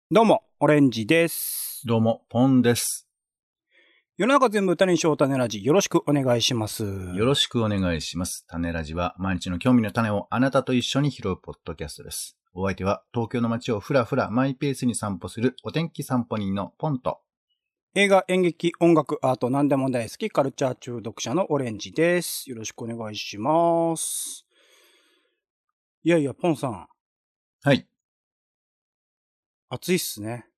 どうも、オレンジです。 どうも、ポンです。 世の中全部種にしよう種ラジ、よろしくお願いします。 よろしくお願いします。種ラジは毎日の興味の種をあなたと一緒に拾うポッドキャストです。お相手は東京の街をふらふらマイペースに散歩するお天気散歩人のポンと、 映画、演劇、音楽、アート、何でも大好きカルチャー中毒者のオレンジです。よろしくお願いします。いやいや、ポンさん。 はい。 暑いっすね。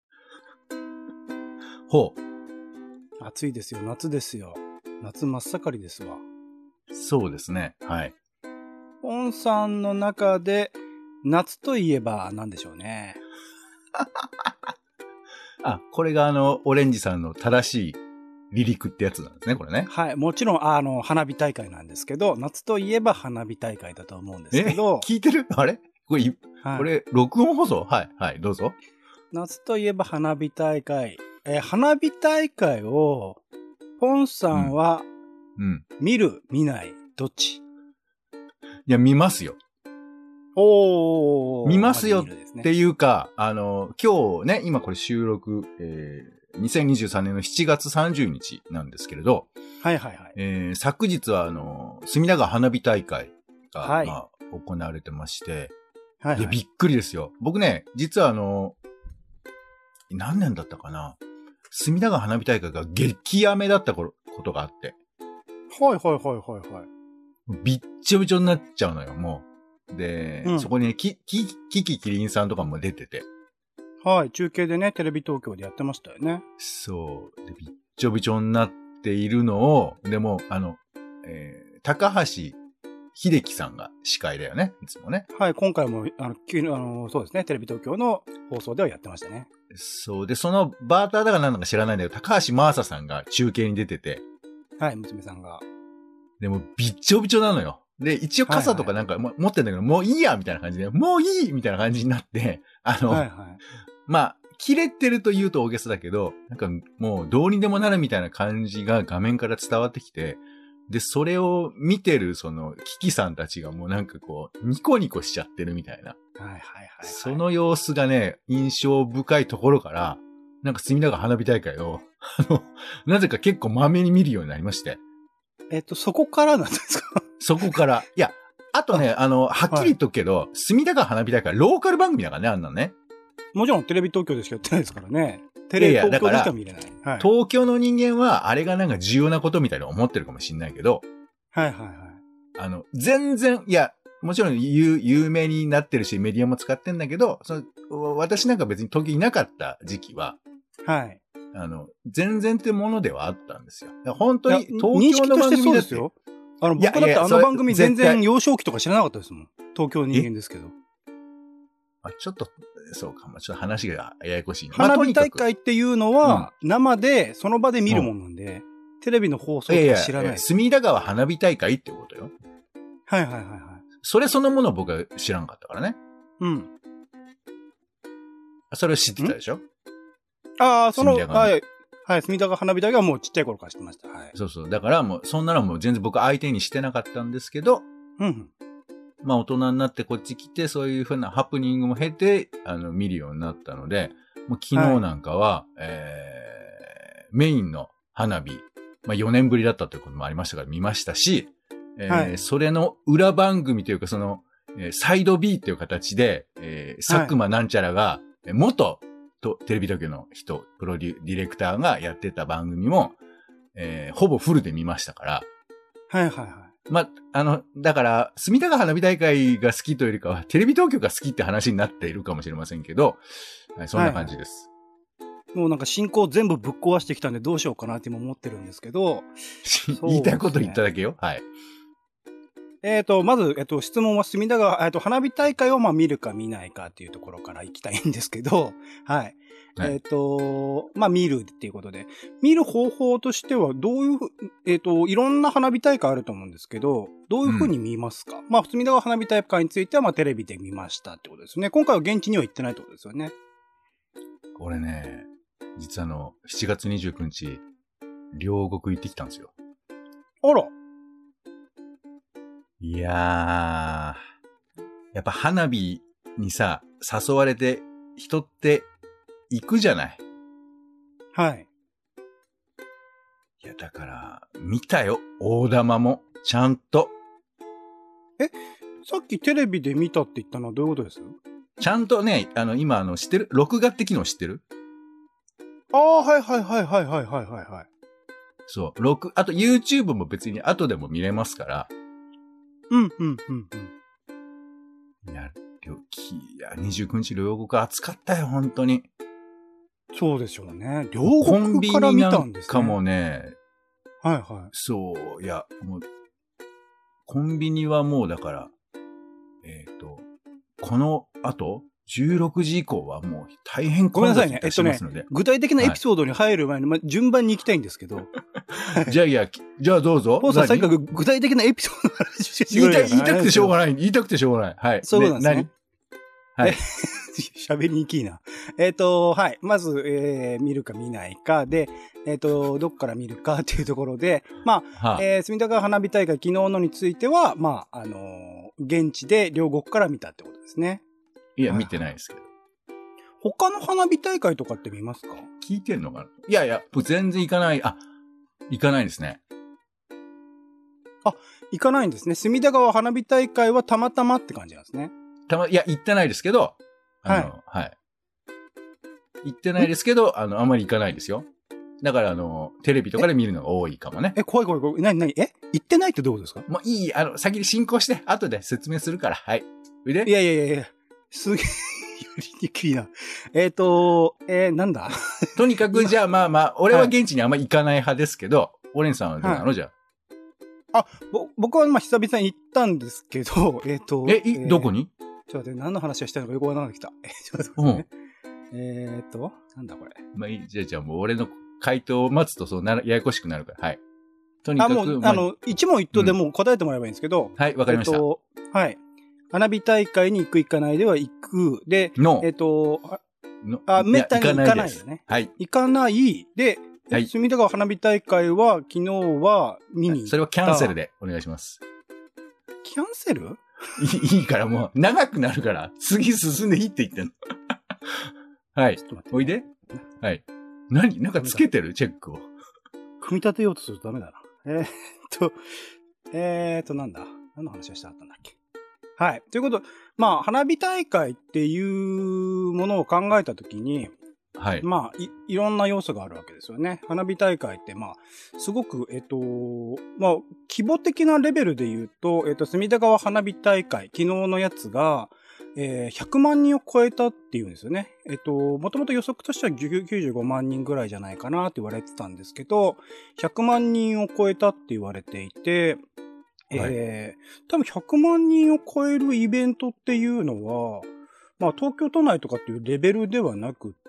ほう。暑いですよ、夏ですよ。夏真っ盛りですわ。 そうですね。はい。 ポンさんの中で、夏といえば何でしょうね。 あ、これがオレンジさんの正しい離陸ってやつなんですね、これね。 はい。もちろん、花火大会なんですけど、夏といえば花火大会だと思うんですけど。 聞いてる？あれこれ、 はい、 これ、録音放送？はい、はい、どうぞ。 夏といえば花火大会。花火大会を、ポンさんは、見る、見ない、どっち？ いや、見ますよ。見ますよっていうか、今日ね、今これ収録、2023年の7月30日なんですけれど、 はいはいはい。 昨日は隅田川花火大会が、 はい、 行われてまして、 はいはい、 で、びっくりですよ。僕ね、実は何年だったかな、隅田川花火大会が激雨だったことがあって。 はいはいはいはいはい。 びっちょびちょになっちゃうのよ、もう。で、そこにね、キキキリンさんとかも出てて。 はい、中継でね、テレビ東京でやってましたよね。 そう。で、びっちょびちょになっているのを、でも、高橋秀樹さんが司会だよね、いつもね。 はい、今回も、そうですね、テレビ東京の放送ではやってましたね。 そう。で、そのバーターだか何だか知らないんだけど、高橋真麻さんが中継に出てて。 はい、娘さんが。 でも、びっちょびちょなのよ。で、一応傘とかなんか持ってんだけど、もういいやみたいな感じで、もういいみたいな感じになって、はいはい、まあ、切れてると言うと大げさだけど、なんかもうどうにでもなるみたいな感じが画面から伝わってきて、で、それを見てるそのキキさんたちがもうなんかこう、ニコニコしちゃってるみたいな。 はいはいはい、はい。 その様子がね、印象深いところから、なんか隅田川花火大会を、なぜか結構まめに見るようになりまして。 そこからなんですか？ そこから。いや、あとね、はっきり言っとくけど、隅田川花火大会、ローカル番組だからね、あんなのね。 もちろんテレビ東京でしかやってないですからね。テレビ東京でしか見れない。 はい、東京の人間は、あれがなんか重要なことみたいに思ってるかもしれないけど。 はいはいはい。 全然、いや、もちろん有名になってるし、メディアも使ってんだけど、私なんか別に東京いなかった時期は、 はい。 全然ってものではあったんですよ。本当に東京の番組だって。 よ。僕だってあの番組全然幼少期とか知らなかったですもん。東京人間ですけど。 ちょっと、そうかも。ちょっと話がややこしい。 花火大会っていうのは、生で、その場で見るもんなんで、テレビの放送とか知らない。 隅田川花火大会ってことよ。 はいはいはいはい。 それそのもの僕は知らんかったからね。 うん。 それを知ってたでしょ？ はい、はい、隅田川花火大会はもうちっちゃい頃から知ってました。はい。 そうそう。だからもう、そんなのも全然僕相手にしてなかったんですけど、 うん。 まあ大人になってこっち来て、そういう風なハプニングも経て、見るようになったので、もう昨日なんかは、メインの花火、まあ4年ぶりだったということもありましたから見ましたし、それの裏番組というかその、サイド B っていう形で、佐久間なんちゃらが、元テレビ東京の人、ディレクターがやってた番組も、ほぼフルで見ましたから。 はいはいはい。 まあ、だから、隅田川花火大会が好きというよりかは、テレビ東京が好きって話になっているかもしれませんけど、はい、そんな感じです。 はい、もうなんか進行全部ぶっ壊してきたんでどうしようかなって今思ってるんですけど。 言いたいこと言っただけよ。はい。 まず、質問は隅田川、花火大会をまあ見るか見ないかっていうところから行きたいんですけど、はい。はい、まあ見るっていうことで、見る方法としてはどういう、いろんな花火大会あると思うんですけど、どういうふうに見ますか？まあ、隅田川花火大会についてはまあテレビで見ましたってことですね。今回は現地には行ってないってことですよね。 俺ね、実は7月29日、両国行ってきたんですよ。 あら。 いやー、やっぱ花火にさ、誘われて、人って行くじゃない。 はい。 いや、だから、見たよ。大玉も。ちゃんと。 さっきテレビで見たって言ったのはどういうことです？ ちゃんとね、今、知ってる？録画って機能知ってる？ ああ、はいはいはいはいはいはいはい。 そう。あと YouTube も別に後でも見れますから。 うんうんうんうん。 いや、29日両国暑かったよ、本当に。 そうでしょうね。両コンビ国から見ニなんたんですね。 かもね、 はいはい。 そう、いや、もう、コンビニはもうだから、この後、16時以降はもう大変混雑いたしますので。 具体的なエピソードに入る前に、順番に行きたいんですけど。 じゃあどうぞ。 ポーさん、とにかく具体的なエピソードの話してくれる。 言いたくてしょうがない。はい。 そういうことなんですね。 はい。 喋りにくいな。はい。まず、見るか見ないかで、どっから見るかっていうところで、まあ、隅田川花火大会昨日のについては、まあ、現地で両国から見たってことですね。 いや、見てないですけど。 他の花火大会とかって見ますか？ 聞いてんのかな？いや、全然行かない。行かないですね。 行かないんですね。隅田川花火大会はたまたまって感じなんですね。 いや、行ってないですけど、はい。行ってないですけど、あんまり行かないですよ。だから、テレビとかで見るのが多いかもね。 怖い。何行ってないってどうですか？ もういい、先に進行して、後で説明するから、はい。 いや、すげえ、やりにくいな。なんだとにかく、じゃあまあ、俺は現地にあんまり行かない派ですけど、オレンさんはどうなの？じゃあ。僕は久々に行ったんですけど、 どこに？ ちょっと待って、何の話をしたのかよくわからなくなってきた。ちょっと待ってね。なんだこれ。 まあいい、じゃあもう俺の回答を待つとややこしくなるから、はい。とにかく。 一問一答でもう答えてもらえばいいんですけど。 はい、わかりました。 はい。花火大会に行く行かないでは行く。で、めったに行かないよね。 はい。 行かない。で、隅田川花火大会は昨日は見に行った。 それはキャンセルでお願いします。 キャンセル？ いいからもう、長くなるから、次進んでいいって言ってんの。はい。おいで。はい。なんかつけてる？チェックを。 組み立てようとするとダメだな。なんだ？何の話をしてあったんだっけ？はい。ということ、まあ、花火大会っていうものを考えたときに、 はい。 まあ、いろんな要素があるわけですよね。花火大会って、まあ、すごく、まあ、規模的なレベルで言うと、隅田川花火大会、昨日のやつが、100万人を超えたっていうんですよね。もともと予測としては95万人ぐらいじゃないかなって言われてたんですけど、100万人を超えたって言われていて、多分100万人を超えるイベントっていうのは、まあ東京都内とかっていうレベルではなくって、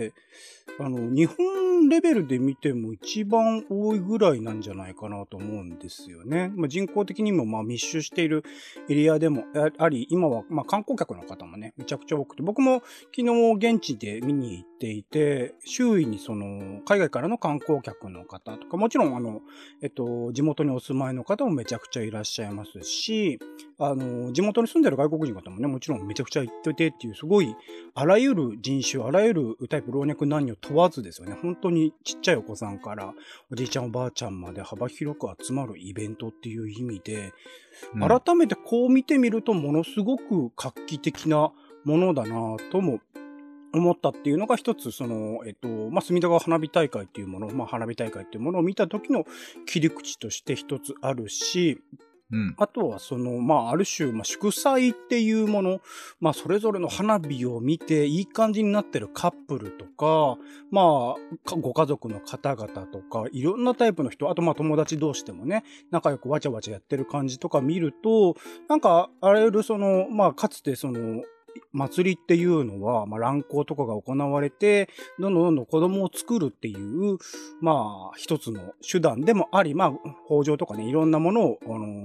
日本レベルで見ても一番多いぐらいなんじゃないかなと思うんですよね。まあ、人口的にもまあ密集しているエリアでもあり、今はまあ観光客の方もね、めちゃくちゃ多くて、僕も昨日現地で見に行っていて、周囲に海外からの観光客の方とか、もちろん地元にお住まいの方もめちゃくちゃいらっしゃいますし、地元に住んでる外国人の方もね、もちろんめちゃくちゃ行っててっていう、すごい、あらゆる人種、あらゆるタイプ、老若男女問わずですよね。本当にちっちゃいお子さんから、おじいちゃんおばあちゃんまで幅広く集まるイベントっていう意味で、改めてこう見てみると、ものすごく画期的なものだなとも思ったっていうのが一つ、まあ、隅田川花火大会っていうもの、まあ、花火大会っていうものを見た時の切り口として一つあるし、あとはまあ、ある種、まあ、祝祭っていうもの、まあ、それぞれの花火を見て、いい感じになってるカップルとか、まあ、ご家族の方々とか、いろんなタイプの人、あとまあ、友達同士でもね、仲良くわちゃわちゃやってる感じとか見ると、なんか、あらゆるまあ、かつて祭りっていうのは、まあ、乱行とかが行われて、どんどん子供を作るっていう、まあ、一つの手段でもあり、まあ、豊穣とかね、いろんなものを、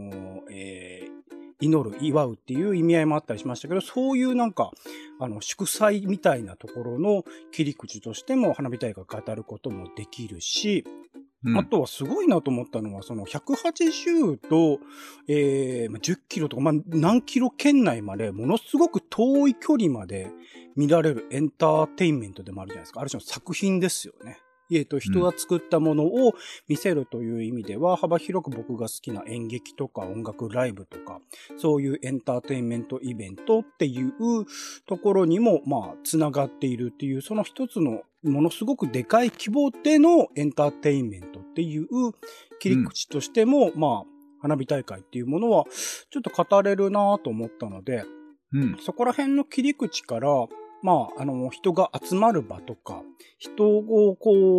祈る、祝うっていう意味合いもあったりしましたけど、そういうなんか、祝祭みたいなところの切り口としても花火大会を語ることもできるし、 あとはすごいなと思ったのは、その180と、10キロとか、何キロ圏内まで、ものすごく遠い距離まで見られるエンターテインメントでもあるじゃないですか。ある種の作品ですよね。人が作ったものを見せるという意味では、幅広く僕が好きな演劇とか音楽ライブとか、そういうエンターテインメントイベントっていうところにも、つながっているっていう、その一つのものすごくでかい規模でのエンターテインメントっていう切り口としても、花火大会っていうものは、ちょっと語れるなと思ったので、そこら辺の切り口から、人が集まる場とか、人を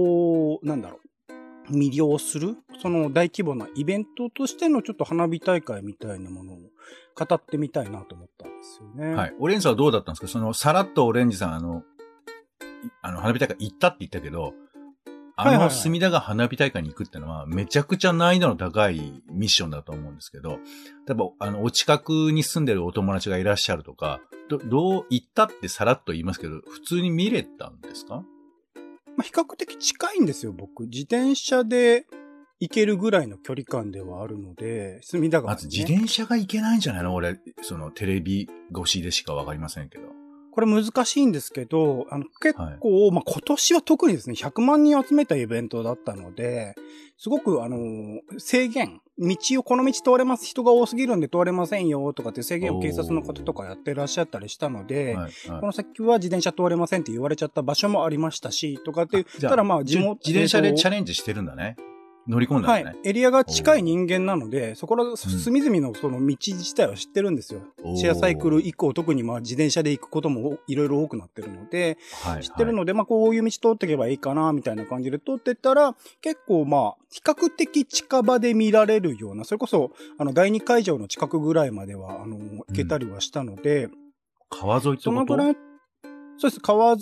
魅了する、その大規模なイベントとしてのちょっと花火大会みたいなものを語ってみたいなと思ったんですよね。 はい。オレンジさんはどうだったんですか？さらっとオレンジさん、花火大会行ったって言ったけど、隅田が花火大会に行くってのは、めちゃくちゃ難易度の高いミッションだと思うんですけど、例えば、お近くに住んでるお友達がいらっしゃるとか、どう行ったってさらっと言いますけど、普通に見れたんですか？ 比較的近いんですよ、僕。自転車で行けるぐらいの距離感ではあるので、隅田川、ね。 まず自転車が行けないんじゃないの？俺、テレビ越しでしかわかりませんけど。 これ難しいんですけど、結構、今年は特にですね、100万人集めたイベントだったので、すごく、制限、この道通れます、人が多すぎるんで通れませんよ、とかって制限を警察の方とかやってらっしゃったりしたので、この先は自転車通れませんって言われちゃった場所もありましたし、とかって言ったら自転車でチャレンジしてるんだね。乗り込んだんですね。はい。 エリアが近い人間なので、そこら隅々のその道自体は知ってるんですよ。シェアサイクル以降、特に自転車で行くこともいろいろ多くなってるので、知ってるので、こういう道通っていけばいいかな、みたいな感じで通ってったら、結構比較的近場で見られるような、それこそ、第2会場の近くぐらいまでは、行けたりはしたので、 川沿いってこと？そのぐらいそうです。川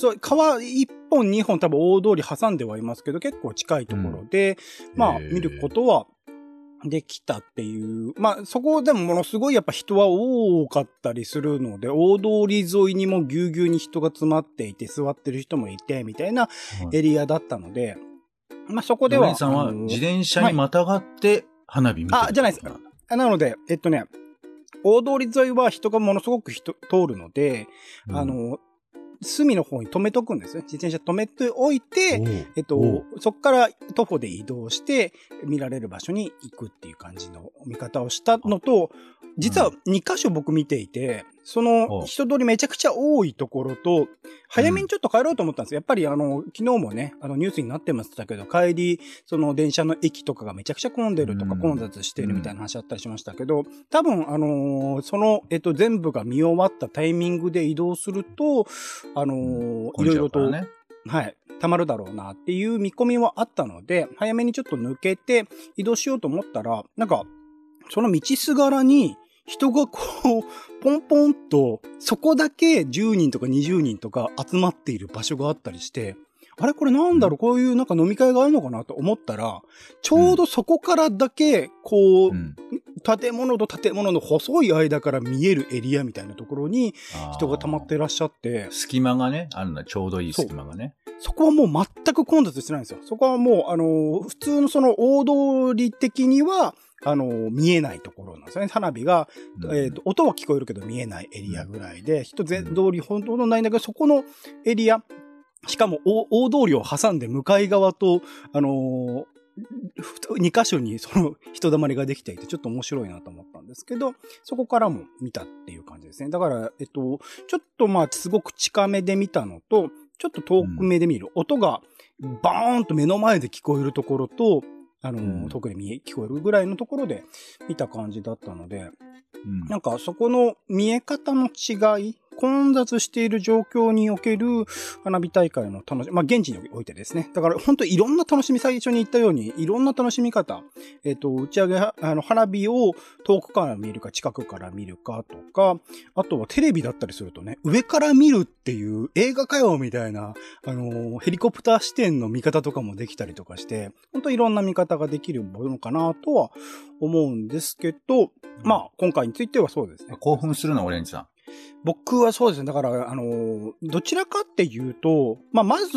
1本2本多分大通り挟んではいますけど、結構近いところで、見ることはできたっていう。そこでもものすごいやっぱ人は多かったりするので、大通り沿いにもぎゅうぎゅうに人が詰まっていて、座ってる人もいて、みたいなエリアだったので、そこでは。 お姉さんは自転車にまたがって花火見てる、 じゃないですか。なので、大通り沿いは人がものすごく通るので、隅の方に止めとくんですね。自転車止めておいて、そこから徒歩で移動して見られる場所に行くっていう感じの見方をしたのと、実は2箇所僕見ていて、その人通りめちゃくちゃ多いところと、早めにちょっと帰ろうと思ったんですよ。やっぱり昨日もね、ニュースになってましたけど、帰り、その電車の駅とかがめちゃくちゃ混んでるとか混雑してるみたいな話あったりしましたけど、多分全部が見終わったタイミングで移動すると、いろいろと、溜まるだろうなっていう見込みはあったので、早めにちょっと抜けて移動しようと思ったら、その道すがらに、人がポンポンと、そこだけ10人とか20人とか集まっている場所があったりして、あれこれなんだろう、こういう飲み会があるのかなと思ったら、ちょうどそこからだけ、建物と建物の細い間から見えるエリアみたいなところに人が溜まっていらっしゃって。 隙間がね、あるんだ、ちょうどいい隙間がね。 そこはもう全く混雑してないんですよ。そこはもう、普通のその大通り的には、見えないところなんですよね。花火が、音は聞こえるけど見えないエリアぐらいで、人通りほとんどないんだけど、そこのエリア、しかも大通りを挟んで向かい側と、2箇所にその人だまりができていて、ちょっと面白いなと思ったんですけど、そこからも見たっていう感じですね。だから、ちょっとすごく近めで見たのと、ちょっと遠く目で見る。音がバーンと目の前で聞こえるところと、遠くで聞こえるぐらいのところで見た感じだったので、そこの見え方の違い、混雑している状況における花火大会の楽しみ、現地においてですね。だから本当いろんな楽しみ、最初に言ったように、いろんな楽しみ方、打ち上げ、花火を遠くから見るか近くから見るかとか、あとはテレビだったりするとね、上から見るっていう映画かよみたいな、ヘリコプター視点の見方とかもできたりとかして、本当いろんな見方ができるものかなとは思うんですけど、今回についてはそうですね。 興奮するの、オレンジさん。 僕はそうですね。だから、どちらかっていうと、まず、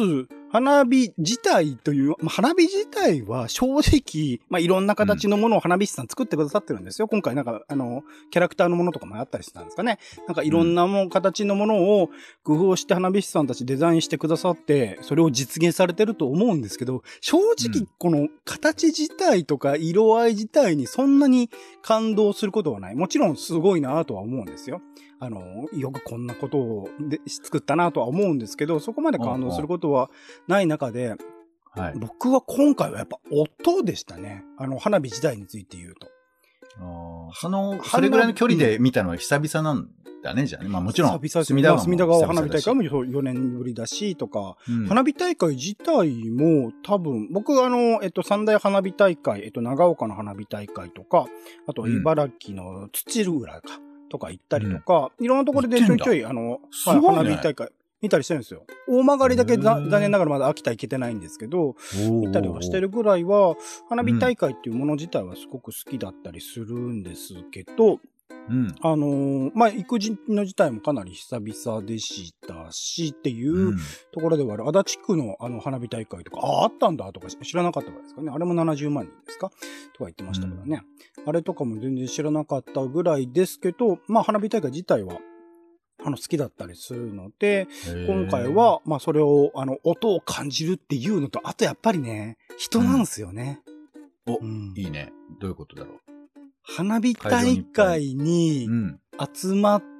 花火自体という、花火自体は正直、いろんな形のものを花火師さん作ってくださってるんですよ。今回なんか、キャラクターのものとかもあったりしたんですかね。なんかいろんな形のものを工夫して花火師さんたちデザインしてくださって、それを実現されてると思うんですけど、正直この形自体とか色合い自体にそんなに感動することはない。もちろんすごいなとは思うんですよ。よくこんなことを作ったなとは思うんですけど、そこまで感動することはない中で、はい、僕は今回はやっぱ音でしたね。花火自体について言うと。 それぐらいの距離で見たのは久々なんだね、じゃあね。もちろん、 隅田川花火大会も4年ぶりだし、とか、花火大会自体も多分、僕三大花火大会、長岡の花火大会とか、あと茨城の土浦とか行ったりとか、いろんなところでちょいちょい、花火大会見たりしてるんですよ。大曲だけ残念ながらまだ秋田行けてないんですけど、見たりはしてるぐらいは、花火大会っていうもの自体はすごく好きだったりするんですけど、行くの自体もかなり久々でしたしっていうところではある。足立区の花火大会とか、あったんだとか知らなかったからですかね。あれも70万人ですかとか言ってましたけどね。あれとかも全然知らなかったぐらいですけど、花火大会自体は好きだったりするので、今回は、それを、音を感じるっていうのと、あとやっぱりね、人なんですよね。 いいね。どういうことだろう。 花火大会に集まって、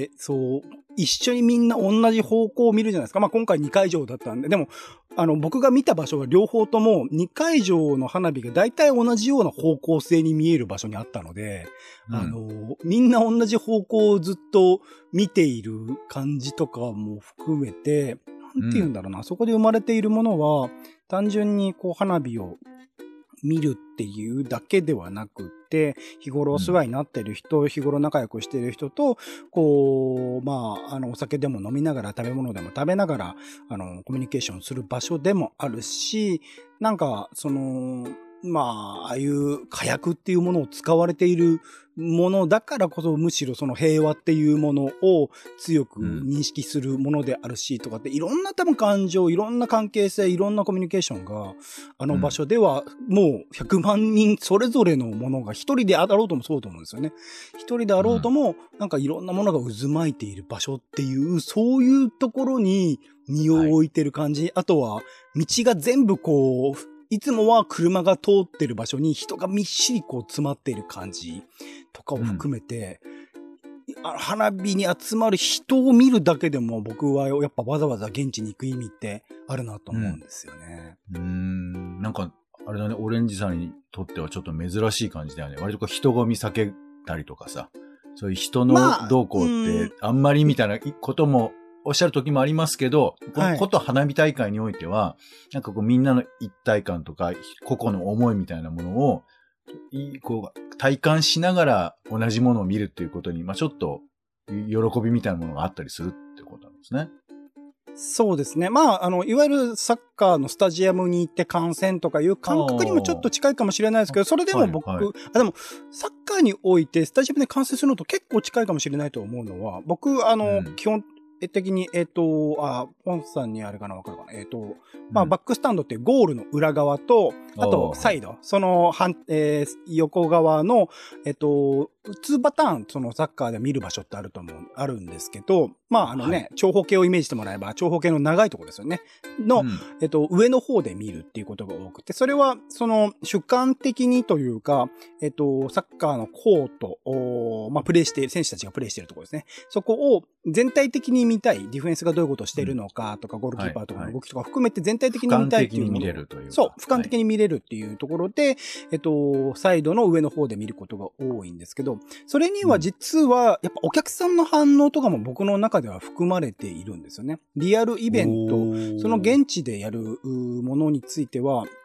一緒にみんな同じ方向を見るじゃないですか。今回2会場だったんで、でも、僕が見た場所が両方とも2会場の花火が大体同じような方向性に見える場所にあったので、みんな同じ方向をずっと見ている感じとかも含めて、なんて言うんだろうな、そこで生まれているものは、単純に花火を見るっていうだけではなくて、日頃お世話になっている人、日頃仲良くしている人と、お酒でも飲みながら、食べ物でも食べながら、コミュニケーションする場所でもあるし、なんか、ああいう火薬っていうものを使われているものだからこそ、むしろその平和っていうものを強く認識するものであるしとかって、いろんな多分感情、いろんな関係性、いろんなコミュニケーションが、場所ではもう100万人それぞれのものが一人であろうともそうと思うんですよね。一人であろうとも、なんかいろんなものが渦巻いている場所っていう、そういうところに身を置いてる感じ。あとは、道が全部いつもは車が通ってる場所に人がみっしり詰まっている感じとかを含めて、花火に集まる人を見るだけでも僕はやっぱわざわざ現地に行く意味ってあるなと思うんですよね。 なんか、あれだね、オレンジさんにとってはちょっと珍しい感じだよね。割と人混み避けたりとかさ、そういう人の動向ってあんまりみたいなこともおっしゃる時もありますけど、このこと花火大会においては、なんかみんなの一体感とか、個々の思いみたいなものを、体感しながら同じものを見るっていうことに、ちょっと、喜びみたいなものがあったりするってことなんですね。 そうですね。いわゆるサッカーのスタジアムに行って観戦とかいう感覚にもちょっと近いかもしれないですけど、それでも僕、でも、サッカーにおいてスタジアムで観戦するのと結構近いかもしれないと思うのは、僕、基本的に、ポンさんにあれかなわかるかなバックスタンドってゴールの裏側と、あと、サイド、横側の、2パターン、サッカーで見る場所ってあるんですけど、長方形をイメージしてもらえば、長方形の長いところですよね。上の方で見るっていうことが多くて、それは、主観的にというか、サッカーのコート、プレイしている、選手たちがプレイしているところですね。そこを全体的に見たい、ディフェンスがどういうことをしているのかとか、ゴールキーパーとかの動きとか含めて全体的に見たいっていう。 俯瞰的に見れるというか。 そう、俯瞰的に見れるっていうところで、サイドの上の方で見ることが多いんですけど、それには実は、やっぱお客さんの反応とかも僕の中では含まれているんですよね。リアルイベント、その現地でやるものについては、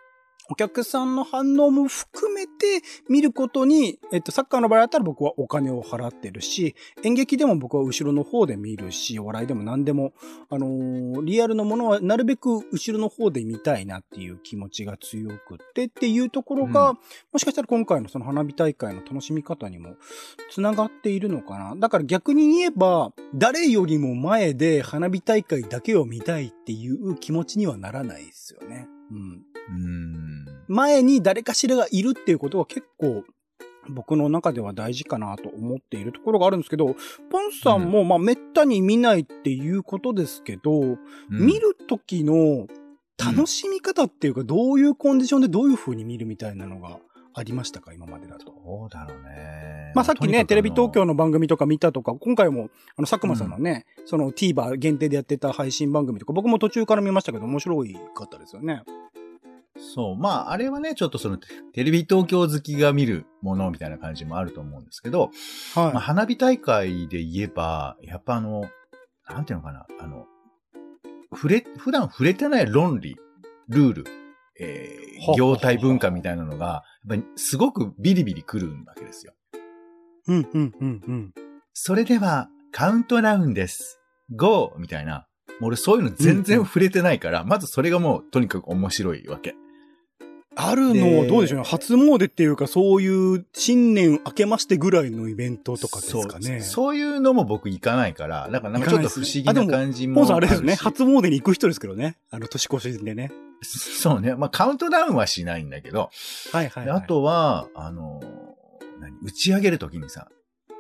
お客さんの反応も含めて見ることに、サッカーの場合だったら僕はお金を払ってるし、演劇でも僕は後ろの方で見るし、お笑いでも何でも、リアルのものはなるべく後ろの方で見たいなっていう気持ちが強くってっていうところが、もしかしたら今回のその花火大会の楽しみ方にもつながっているのかな。だから逆に言えば、誰よりも前で花火大会だけを見たいっていう気持ちにはならないですよね。前に誰かしらがいるっていうことは結構僕の中では大事かなと思っているところがあるんですけど、ポンさんもまあめったに見ないっていうことですけど、見る時の楽しみ方っていうか、どういうコンディションでどういう風に見るみたいなのがありましたか、今までだと。 そうだろうね。 まあさっきね、テレビ東京の番組とか見たとか、今回も佐久間さんのね、その TVer 限定でやってた配信番組とか、僕も途中から見ましたけど面白かったですよね。 そう。まあ、あれはね、ちょっとその、テレビ東京好きが見るものみたいな感じもあると思うんですけど、はい。まあ、花火大会で言えば、やっぱなんていうのかな、普段触れてない論理、ルール、業態文化みたいなのが、やっぱりすごくビリビリ来るわけですよ。それでは、カウントダウンです。GO! みたいな。俺そういうの全然触れてないから、まずそれがもうとにかく面白いわけ。 あるの、どうでしょうね。初詣っていうか、そういう新年明けましてぐらいのイベントとかですかね。 そういうのも僕行かないから、だからなんかちょっと不思議な感じも。 ポンさんあれですね。初詣に行く人ですけどね。年越しでね。 そうね。まあカウントダウンはしないんだけど。はいはい、はい。あとは、打ち上げるときにさ、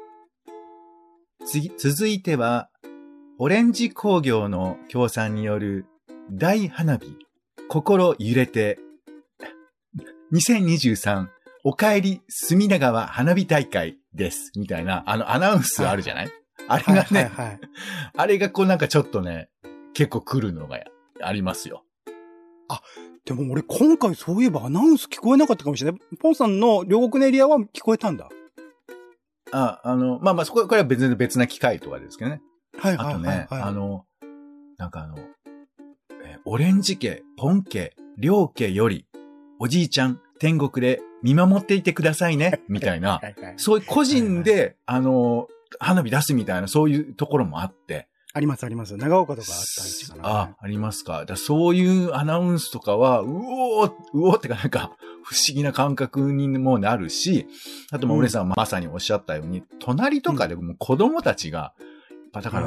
続いては、オレンジ工業の協賛による大花火、心揺れて、2023おかえり隅田川花火大会です。みたいな、アナウンスあるじゃない、はい、あれがね、はいはいはい、あれがこうなんかちょっとね、結構来るのがありますよ。 あ、でも俺今回そういえばアナウンス聞こえなかったかもしれない。ポンさんの両国のエリアは聞こえたんだ。 まあ、これは別な機会とかですけどね。はいはいはい、はい。あとね、なんかオレンジ家、ポン家、両家より、おじいちゃん、天国で見守っていてくださいね、みたいな、そういう個人で、花火出すみたいな、そういうところもあって。 ありますあります。長岡とかあったりしてかな。 ありますか。そういうアナウンスとかは、うおーってかなんか、不思議な感覚にもなるし、あともお姉さんまさにおっしゃったように、隣とかでも子供たちが、だから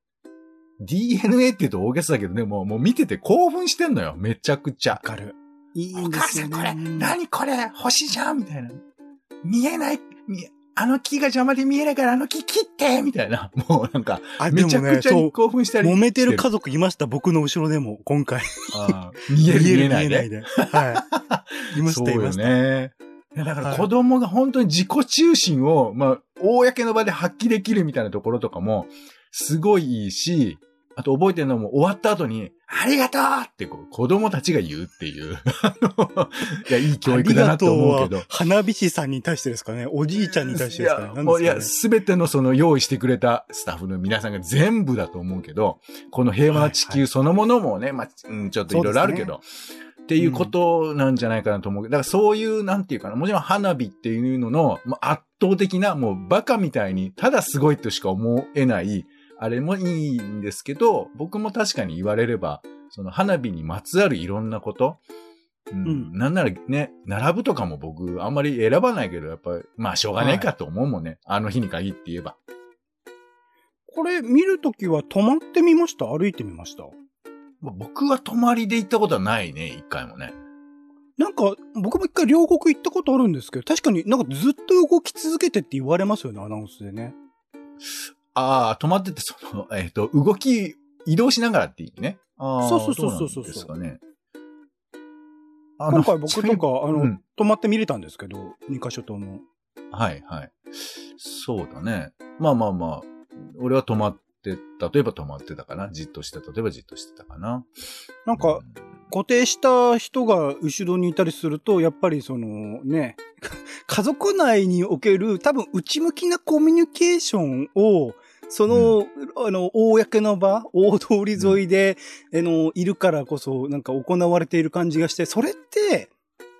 、DNA って言うと大げさだけどね、もう見てて興奮してんのよ。めちゃくちゃ。わかる。いいんですよね。 お母さんこれ、何これ、星じゃんみたいな。見えない、木が邪魔で見えないから木切ってみたいな。もうなんか、めちゃくちゃ興奮したりして、 揉めてる家族いました。僕の後ろでも、今回。 見えないで。 はい。いました、いました。 ね。だから子供が本当に自己中心を、まあ、公の場で発揮できるみたいなところとかも、すごいいいし、あと覚えてるのも終わった後に、ありがとうって子供たちが言うっていう。いや、いい教育だなと思うけど。 花火師さんに対してですかね、おじいちゃんに対してですかね。 いや、すべてのその用意してくれたスタッフの皆さんが全部だと思うけど、この平和な地球そのものもね、まあ、ちょっといろいろあるけど、っていうことなんじゃないかなと思うけど、だからそういう、なんていうかな、もちろん花火っていうのの、圧倒的な、もうバカみたいに、ただすごいとしか思えない、あれもいいんですけど、僕も確かに言われれば、その花火にまつわるいろんなこと、なんならね、並ぶとかも僕あんまり選ばないけど、やっぱり、まあしょうがねえかと思うもんね。あの日に限って言えば。 これ見るときは泊まってみました？歩いてみました？ 僕は泊まりで行ったことはないね、一回もね。 なんか、僕も一回両国行ったことあるんですけど、確かになんかずっと動き続けてって言われますよね、アナウンスでね。 止まってて、動き、移動しながらっていいね。 そうですかね。 今回僕とか、泊まって見れたんですけど、2カ所とも。 はいはい。そうだね。まあ、俺は泊まって、例えば泊まってたかな。じっとしてたかな。 なんか、固定した人が後ろにいたりすると、やっぱりそのね、家族内における多分内向きなコミュニケーションを、その、公の場、大通り沿いで、いるからこそ、なんか行われている感じがして、それって、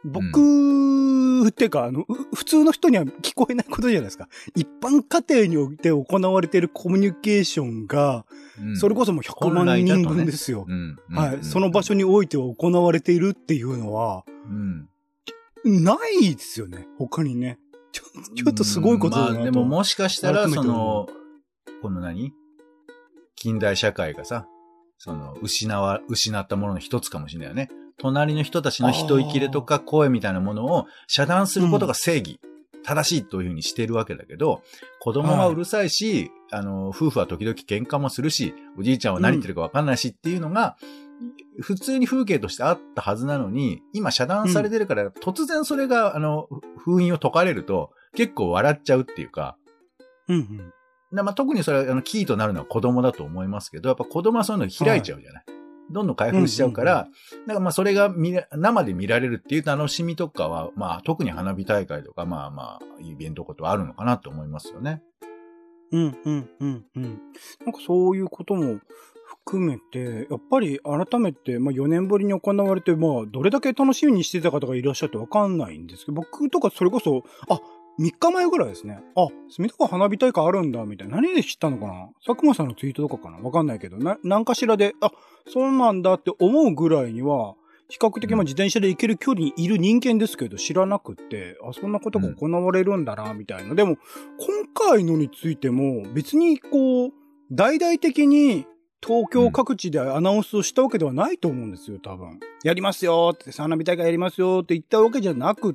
僕、っていうか、普通の人には聞こえないことじゃないですか。一般家庭において行われているコミュニケーションが、それこそもう100万人分ですよ。はい。その場所においては行われているっていうのは、ないですよね。他にね。ちょっとすごいことだなと。 まあでももしかしたら、この近代社会がさ、失ったものの一つかもしれないよね。隣の人たちの一息れとか声みたいなものを遮断することが正義、正しいというふうにしてるわけだけど、子供はうるさいし、夫婦は時々喧嘩もするし、おじいちゃんは何言ってるかわかんないしっていうのが、普通に風景としてあったはずなのに、今遮断されてるから、突然それが、封印を解かれると、結構笑っちゃうっていうか、まあ、特にそれは、キーとなるのは子供だと思いますけど、やっぱ子供はそういうの開いちゃうじゃない。どんどん開封しちゃうから、だからまあそれが生で見られるっていう楽しみとかは、まあ特に花火大会とか、まあイベントことはあるのかなと思いますよね。 なんかそういうことも含めて、やっぱり改めて、まあ4年ぶりに行われて、まあどれだけ楽しみにしてた方がいらっしゃってわかんないんですけど、僕とかそれこそ、3日前ぐらいですね。隅田川花火大会あるんだ、みたいな。何で知ったのかな？佐久間さんのツイートとかかな？わかんないけど、何かしらで、そうなんだって思うぐらいには、比較的自転車で行ける距離にいる人間ですけど、知らなくって、そんなことが行われるんだな、みたいな。でも、今回のについても、別に大々的に、東京各地でアナウンスをしたわけではないと思うんですよ、多分。やりますよって、花火大会やりますよって言ったわけじゃなくって、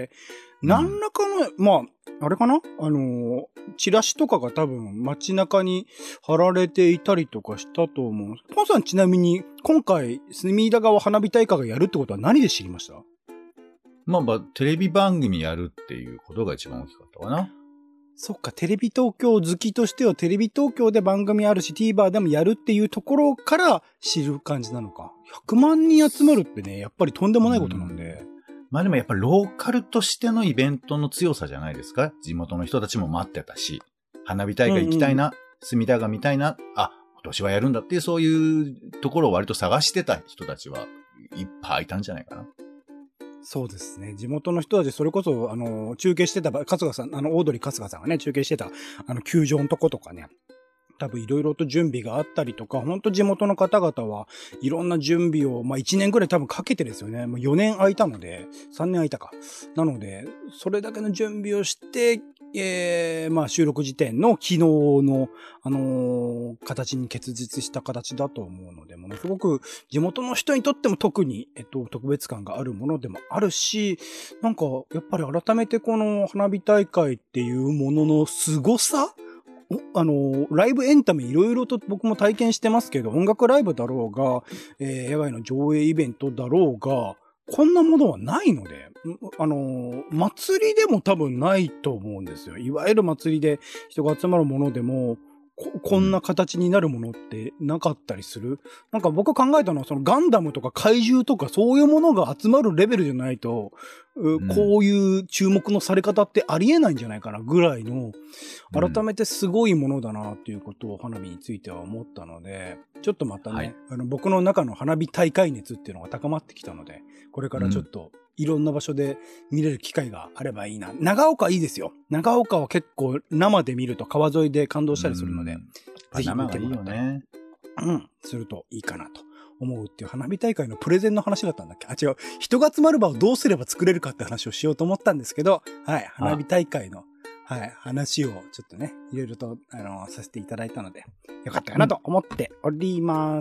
何らかの、まあ、あれかな？チラシとかが多分街中に貼られていたりとかしたと思う。ポンさんちなみに、今回、隅田川花火大会がやるってことは何で知りました？ まあ、テレビ番組やるっていうことが一番大きかったかな。 そっか、テレビ東京好きとしては、テレビ東京で番組あるし、TVer でもやるっていうところから知る感じなのか。100万人集まるってね、やっぱりとんでもないことなんで。 まあでもやっぱりローカルとしてのイベントの強さじゃないですか。地元の人たちも待ってたし、花火大会行きたいな、隅田川見たいな、今年はやるんだっていうそういうところを割と探してた人たちはいっぱいいたんじゃないかな。 そうですね。地元の人たち、それこそ、中継してた、春日さん、オードリー春日さんがね、中継してた、球場のとことかね、多分いろいろと準備があったりとか、本当地元の方々はいろんな準備を、まあ1年ぐらい多分かけてですよね。もう4年空いたので、3年空いたか。なので、それだけの準備をして、まあ収録時点の昨日の、形に結実した形だと思うので、ものすごく地元の人にとっても特に、特別感があるものでもあるし、なんか、やっぱり改めてこの花火大会っていうものの凄さ？ライブエンタメいろいろと僕も体験してますけど、音楽ライブだろうが、野外の上映イベントだろうが、こんなものはないので、祭りでも多分ないと思うんですよ。いわゆる祭りで人が集まるものでも、こんな形になるものってなかったりする。なんか僕考えたのは、そのガンダムとか怪獣とかそういうものが集まるレベルじゃないと、こういう注目のされ方ってありえないんじゃないかなぐらいの、改めてすごいものだなっていうことを花火については思ったので、ちょっとまたね、僕の中の花火大会熱っていうのが高まってきたので、これからちょっといろんな場所で見れる機会があればいいな。長岡いいですよ。長岡は結構生で見ると川沿いで感動したりするので、ぜひ見てもらったら、するといいかなと思うっていう花火大会のプレゼンの話だったんだっけ？違う。人が集まる場をどうすれば作れるかって話をしようと思ったんですけど、花火大会の話をちょっとね、いろいろと、させていただいたので、よかったかなと思っております。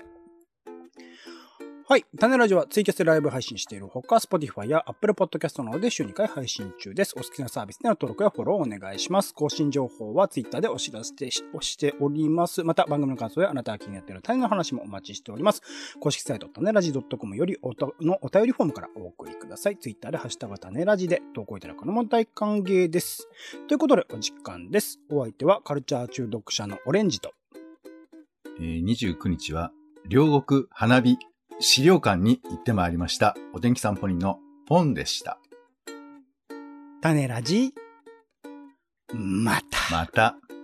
はい。種ラジオはツイキャスでライブ配信しているほか、Spotify や Apple Podcast などで週2回配信中です。お好きなサービスでの登録やフォローをお願いします。更新情報は Twitter でお知らせしております。また、番組の感想やあなたが気になっている種の話もお待ちしております。公式サイト、種ラジ .com よりお便りフォームからお送りください。Twitter でハッシュタグ種ラジで投稿いただくのも大歓迎です。ということで、お時間です。お相手はカルチャー中毒者のオレンジと、 29日は両国花火資料館に行ってまいりました。お天気散歩人のポンでした。 種ラジ、また。